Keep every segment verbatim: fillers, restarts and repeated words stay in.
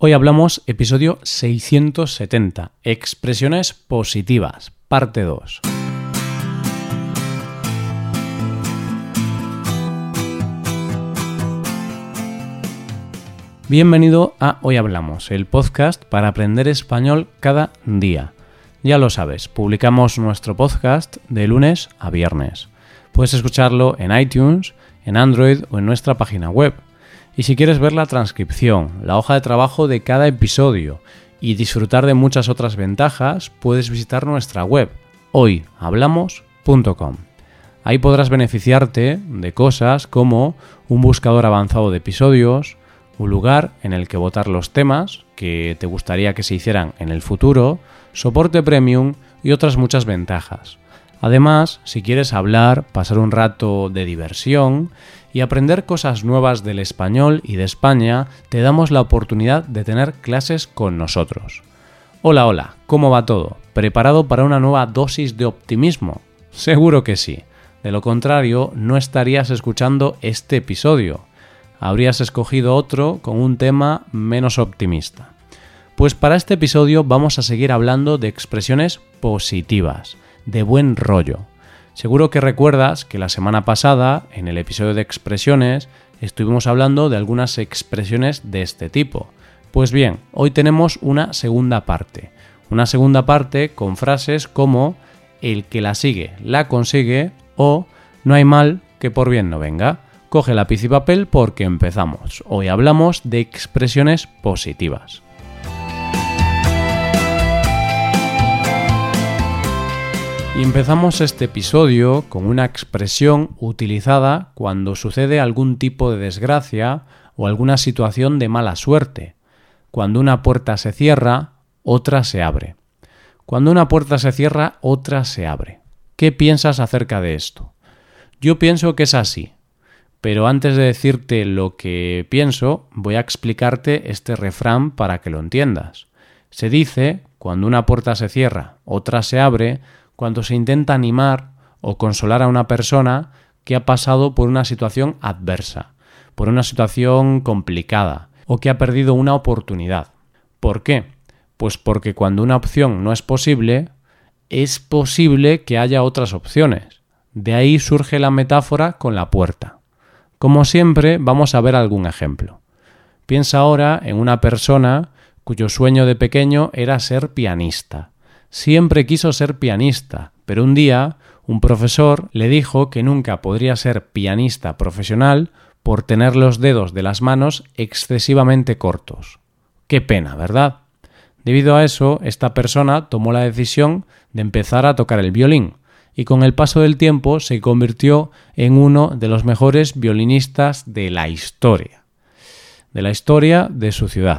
Hoy hablamos episodio seiscientos setenta, expresiones positivas, parte dos. Bienvenido a Hoy Hablamos, el podcast para aprender español cada día. Ya lo sabes, publicamos nuestro podcast de lunes a viernes. Puedes escucharlo en iTunes, en Android o en nuestra página web. Y si quieres ver la transcripción, la hoja de trabajo de cada episodio y disfrutar de muchas otras ventajas, puedes visitar nuestra web hoy hablamos punto com. Ahí podrás beneficiarte de cosas como un buscador avanzado de episodios, un lugar en el que votar los temas que te gustaría que se hicieran en el futuro, soporte premium y otras muchas ventajas. Además, si quieres hablar, pasar un rato de diversión y aprender cosas nuevas del español y de España, te damos la oportunidad de tener clases con nosotros. Hola, hola, ¿cómo va todo? ¿Preparado para una nueva dosis de optimismo? Seguro que sí. De lo contrario, no estarías escuchando este episodio. Habrías escogido otro con un tema menos optimista. Pues para este episodio vamos a seguir hablando de expresiones positivas, de buen rollo. Seguro que recuerdas que la semana pasada, en el episodio de expresiones, estuvimos hablando de algunas expresiones de este tipo. Pues bien, hoy tenemos una segunda parte. Una segunda parte con frases como el que la sigue, la consigue o no hay mal que por bien no venga. Coge lápiz y papel porque empezamos. Hoy hablamos de expresiones positivas. Y empezamos este episodio con una expresión utilizada cuando sucede algún tipo de desgracia o alguna situación de mala suerte. Cuando una puerta se cierra, otra se abre. Cuando una puerta se cierra, otra se abre. ¿Qué piensas acerca de esto? Yo pienso que es así, pero antes de decirte lo que pienso, voy a explicarte este refrán para que lo entiendas. Se dice, cuando una puerta se cierra, otra se abre, cuando se intenta animar o consolar a una persona que ha pasado por una situación adversa, por una situación complicada o que ha perdido una oportunidad. ¿Por qué? Pues porque cuando una opción no es posible, es posible que haya otras opciones. De ahí surge la metáfora con la puerta. Como siempre, vamos a ver algún ejemplo. Piensa ahora en una persona cuyo sueño de pequeño era ser pianista. Siempre quiso ser pianista, pero un día un profesor le dijo que nunca podría ser pianista profesional por tener los dedos de las manos excesivamente cortos. Qué pena, ¿verdad? Debido a eso, esta persona tomó la decisión de empezar a tocar el violín y con el paso del tiempo se convirtió en uno de los mejores violinistas de la historia. De la historia de su ciudad.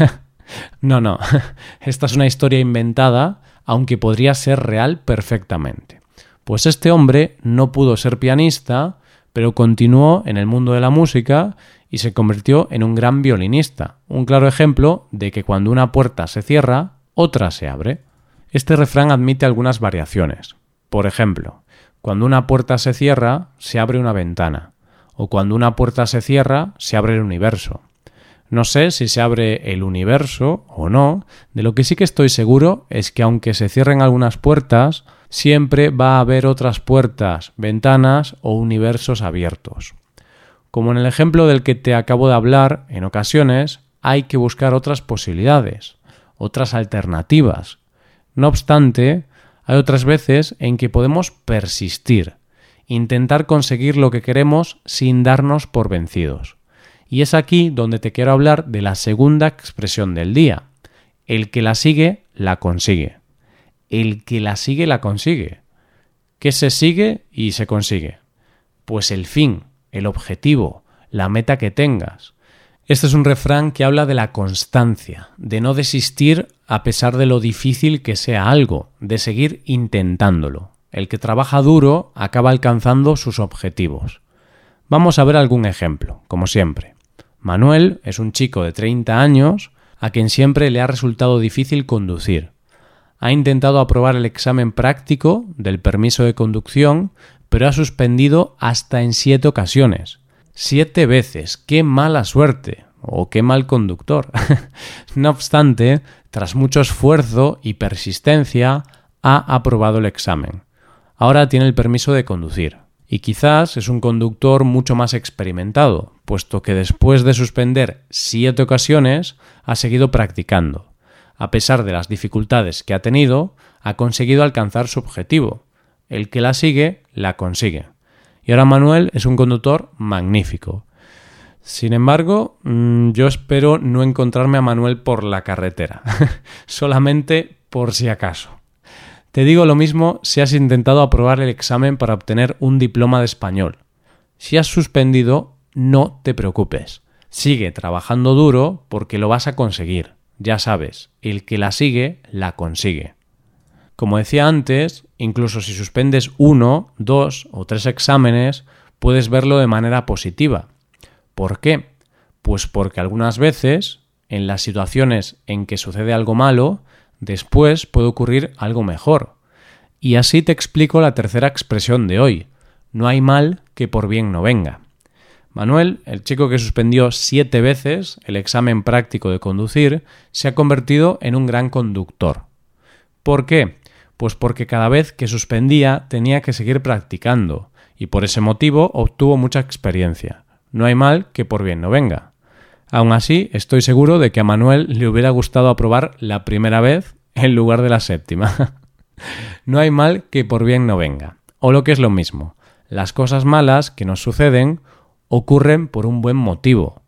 No, no, esta es una historia inventada, aunque podría ser real perfectamente. Pues este hombre no pudo ser pianista, pero continuó en el mundo de la música y se convirtió en un gran violinista. Un claro ejemplo de que cuando una puerta se cierra, otra se abre. Este refrán admite algunas variaciones. Por ejemplo, cuando una puerta se cierra, se abre una ventana. O cuando una puerta se cierra, se abre el universo. No sé si se abre el universo o no, de lo que sí que estoy seguro es que aunque se cierren algunas puertas, siempre va a haber otras puertas, ventanas o universos abiertos. Como en el ejemplo del que te acabo de hablar, en ocasiones hay que buscar otras posibilidades, otras alternativas. No obstante, hay otras veces en que podemos persistir, intentar conseguir lo que queremos sin darnos por vencidos. Y es aquí donde te quiero hablar de la segunda expresión del día. El que la sigue, la consigue. El que la sigue, la consigue. ¿Qué se sigue y se consigue? Pues el fin, el objetivo, la meta que tengas. Este es un refrán que habla de la constancia, de no desistir a pesar de lo difícil que sea algo, de seguir intentándolo. El que trabaja duro acaba alcanzando sus objetivos. Vamos a ver algún ejemplo, como siempre. Manuel es un chico de treinta años a quien siempre le ha resultado difícil conducir. Ha intentado aprobar el examen práctico del permiso de conducción, pero ha suspendido hasta en siete ocasiones. Siete veces. ¡Qué mala suerte! o qué mal conductor. No obstante, tras mucho esfuerzo y persistencia, ha aprobado el examen. Ahora tiene el permiso de conducir. Y quizás es un conductor mucho más experimentado, puesto que después de suspender siete ocasiones, ha seguido practicando. A pesar de las dificultades que ha tenido, ha conseguido alcanzar su objetivo. El que la sigue, la consigue. Y ahora Manuel es un conductor magnífico. Sin embargo, yo espero no encontrarme a Manuel por la carretera, solamente por si acaso. Te digo lo mismo si has intentado aprobar el examen para obtener un diploma de español. Si has suspendido, no te preocupes. Sigue trabajando duro porque lo vas a conseguir. Ya sabes, el que la sigue, la consigue. Como decía antes, incluso si suspendes uno, dos o tres exámenes, puedes verlo de manera positiva. ¿Por qué? Pues porque algunas veces, en las situaciones en que sucede algo malo, después puede ocurrir algo mejor. Y así te explico la tercera expresión de hoy. No hay mal que por bien no venga. Manuel, el chico que suspendió siete veces el examen práctico de conducir, se ha convertido en un gran conductor. ¿Por qué? Pues porque cada vez que suspendía tenía que seguir practicando y por ese motivo obtuvo mucha experiencia. No hay mal que por bien no venga. Aún así, estoy seguro de que a Manuel le hubiera gustado aprobar la primera vez en lugar de la séptima. No hay mal que por bien no venga. O lo que es lo mismo, las cosas malas que nos suceden ocurren por un buen motivo.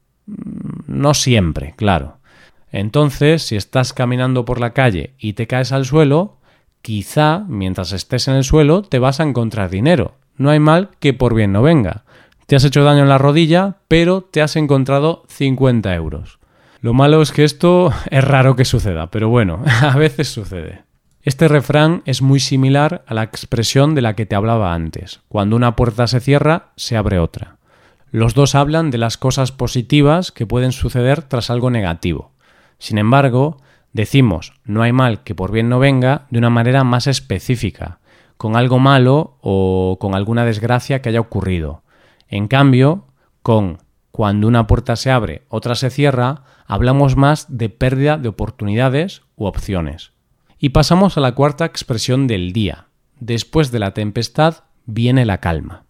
No siempre, claro. Entonces, si estás caminando por la calle y te caes al suelo, quizá mientras estés en el suelo te vas a encontrar dinero. No hay mal que por bien no venga. Te has hecho daño en la rodilla, pero te has encontrado cincuenta euros. Lo malo es que esto es raro que suceda, pero bueno, a veces sucede. Este refrán es muy similar a la expresión de la que te hablaba antes. Cuando una puerta se cierra, se abre otra. Los dos hablan de las cosas positivas que pueden suceder tras algo negativo. Sin embargo, decimos no hay mal que por bien no venga de una manera más específica, con algo malo o con alguna desgracia que haya ocurrido. En cambio, con cuando una puerta se abre, otra se cierra, hablamos más de pérdida de oportunidades u opciones. Y pasamos a la cuarta expresión del día. Después de la tempestad viene la calma.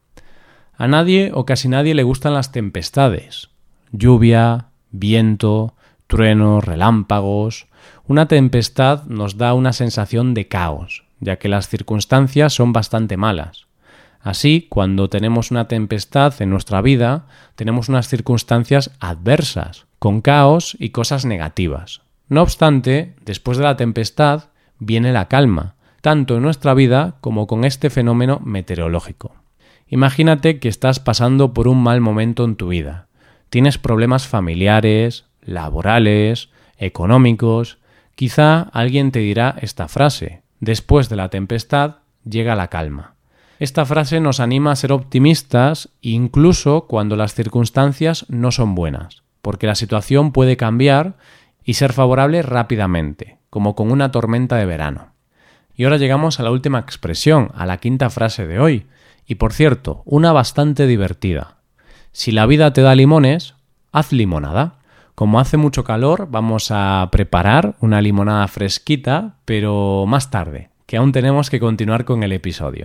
A nadie o casi nadie le gustan las tempestades. Lluvia, viento, truenos, relámpagos. Una tempestad nos da una sensación de caos, ya que las circunstancias son bastante malas. Así, cuando tenemos una tempestad en nuestra vida, tenemos unas circunstancias adversas, con caos y cosas negativas. No obstante, después de la tempestad viene la calma, tanto en nuestra vida como con este fenómeno meteorológico. Imagínate que estás pasando por un mal momento en tu vida. Tienes problemas familiares, laborales, económicos. Quizá alguien te dirá esta frase: después de la tempestad llega la calma. Esta frase nos anima a ser optimistas incluso cuando las circunstancias no son buenas, porque la situación puede cambiar y ser favorable rápidamente, como con una tormenta de verano. Y ahora llegamos a la última expresión, a la quinta frase de hoy, y por cierto, una bastante divertida. Si la vida te da limones, haz limonada. Como hace mucho calor, vamos a preparar una limonada fresquita, pero más tarde, que aún tenemos que continuar con el episodio.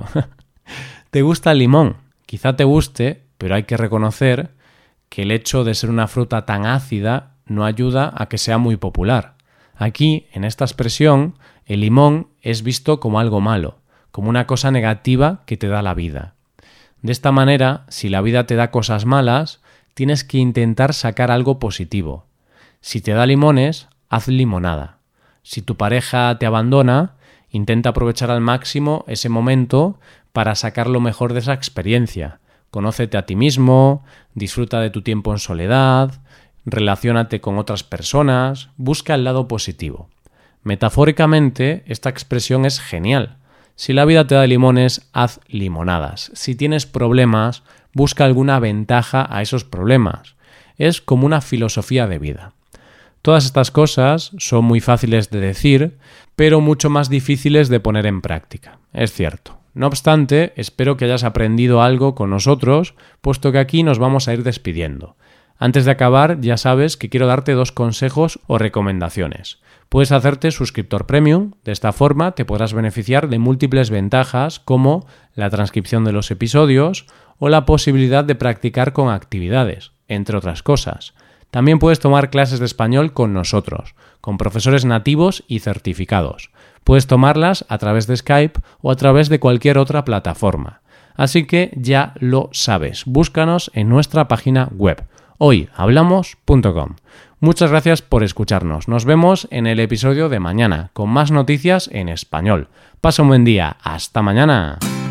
¿Te gusta el limón? Quizá te guste, pero hay que reconocer que el hecho de ser una fruta tan ácida no ayuda a que sea muy popular. Aquí, en esta expresión, el limón es visto como algo malo, como una cosa negativa que te da la vida. De esta manera, si la vida te da cosas malas, tienes que intentar sacar algo positivo. Si te da limones, haz limonada. Si tu pareja te abandona, intenta aprovechar al máximo ese momento para sacar lo mejor de esa experiencia. Conócete a ti mismo, disfruta de tu tiempo en soledad, relaciónate con otras personas, busca el lado positivo. Metafóricamente, esta expresión es genial. Si la vida te da limones, haz limonadas. Si tienes problemas, busca alguna ventaja a esos problemas. Es como una filosofía de vida. Todas estas cosas son muy fáciles de decir, pero mucho más difíciles de poner en práctica. Es cierto. No obstante, espero que hayas aprendido algo con nosotros, puesto que aquí nos vamos a ir despidiendo. Antes de acabar, ya sabes que quiero darte dos consejos o recomendaciones. Puedes hacerte suscriptor premium, de esta forma te podrás beneficiar de múltiples ventajas como la transcripción de los episodios o la posibilidad de practicar con actividades, entre otras cosas. También puedes tomar clases de español con nosotros, con profesores nativos y certificados. Puedes tomarlas a través de Skype o a través de cualquier otra plataforma. Así que ya lo sabes, búscanos en nuestra página web hoy hablamos punto com. Muchas gracias por escucharnos. Nos vemos en el episodio de mañana con más noticias en español. Pasa un buen día. Hasta mañana.